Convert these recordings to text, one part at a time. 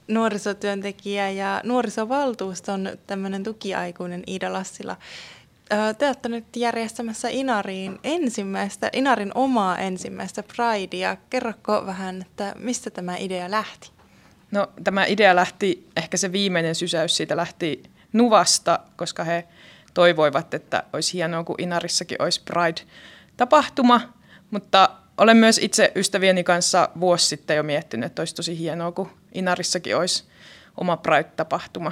nuorisotyöntekijä ja nuorisovaltuuston tämmöinen tukiaikuinen Iida Lassila. Te olette nyt järjestämässä Inarin omaa ensimmäistä Pridea. Kerroko vähän, että mistä tämä idea lähti? No, tämä idea lähti, ehkä se viimeinen sysäys siitä lähti Nuvasta, koska he toivoivat, että olisi hienoa, kun Inarissakin olisi Pride-tapahtuma. Mutta olen myös itse ystävieni kanssa vuosi sitten jo miettinyt, että olisi tosi hienoa, kun Inarissakin olisi oma Pride-tapahtuma.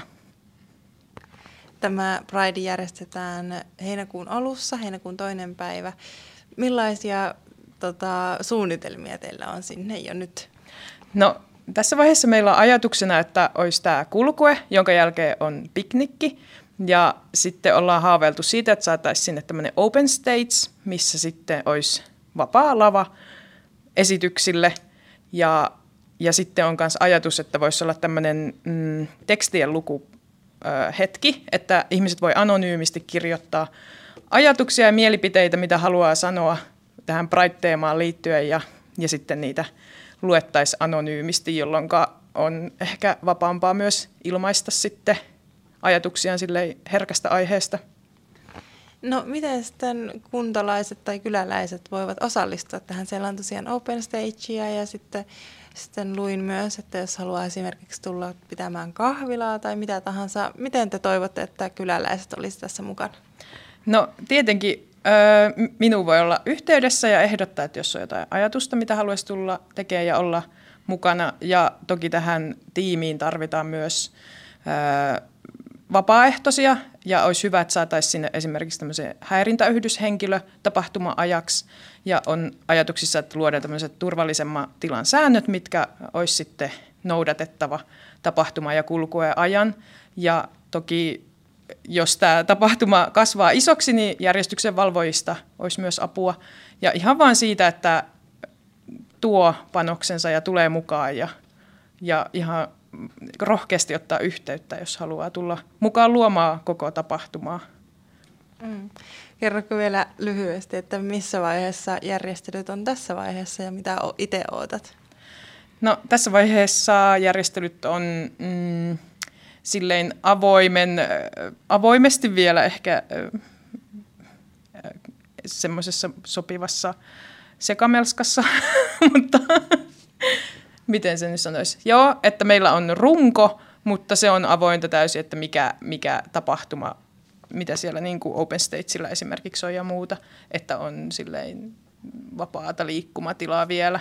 Tämä Pride järjestetään heinäkuun alussa, heinäkuun 2. päivä. Millaisia suunnitelmia teillä on sinne jo nyt? No, tässä vaiheessa meillä on ajatuksena, että olisi tämä kulkue, jonka jälkeen on piknikki. Ja sitten ollaan haaveiltu siitä, että saataisiin sinne tämmöinen open stage, missä sitten olisi vapaa lava esityksille. Ja sitten on myös ajatus, että voisi olla tämmöinen tekstien lukuhetki, että ihmiset voi anonyymisti kirjoittaa ajatuksia ja mielipiteitä, mitä haluaa sanoa tähän Pride-teemaan liittyen, ja sitten niitä luettaisiin anonyymisti, jolloin on ehkä vapaampaa myös ilmaista sitten ajatuksiaan silleen herkästä aiheesta. No miten sitten kuntalaiset tai kyläläiset voivat osallistua tähän? Siellä on tosiaan open stagea ja sitten luin myös, että jos haluaa esimerkiksi tulla pitämään kahvilaa tai mitä tahansa, miten te toivotte, että kyläläiset olisivat tässä mukana? No tietenkin minuun voi olla yhteydessä ja ehdottaa, että jos on jotain ajatusta, mitä haluaisi tulla tekemään ja olla mukana. Ja toki tähän tiimiin tarvitaan myös vapaaehtoisia, ja olisi hyvä, että saataisiin sinne esimerkiksi tämmöisen häirintäyhdyshenkilö tapahtuma-ajaksi, ja on ajatuksissa, että luodaan tämmöiset turvallisemman tilan säännöt, mitkä olisi sitten noudatettava tapahtuma- ja kulkueen ajan, ja toki jos tämä tapahtuma kasvaa isoksi, niin järjestyksen valvojista olisi myös apua, ja ihan vaan siitä, että tuo panoksensa ja tulee mukaan, ja ihan rohkeasti ottaa yhteyttä, jos haluaa tulla mukaan luomaan koko tapahtumaa. Kerrotko vielä lyhyesti, että missä vaiheessa järjestelyt on tässä vaiheessa ja mitä itse odotat? No, tässä vaiheessa järjestelyt on silleen avoimesti vielä ehkä semmoisessa sopivassa sekamelskassa, mutta miten se nyt sanoisi? Joo, että meillä on runko, mutta se on avointa täysin, että mikä tapahtuma, mitä siellä niin kuin open stagella esimerkiksi on ja muuta, että on silleen vapaata liikkumatilaa vielä.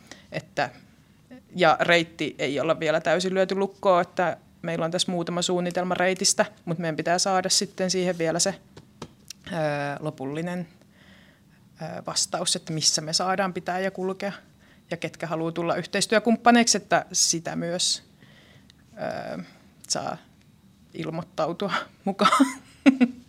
Ja reitti ei olla vielä täysin lyöty lukkoon, että meillä on tässä muutama suunnitelma reitistä, mutta meidän pitää saada sitten siihen vielä se lopullinen vastaus, että missä me saadaan pitää ja kulkea. Ja ketkä haluaa tulla yhteistyökumppaneiksi, että sitä myös saa ilmoittautua mukaan.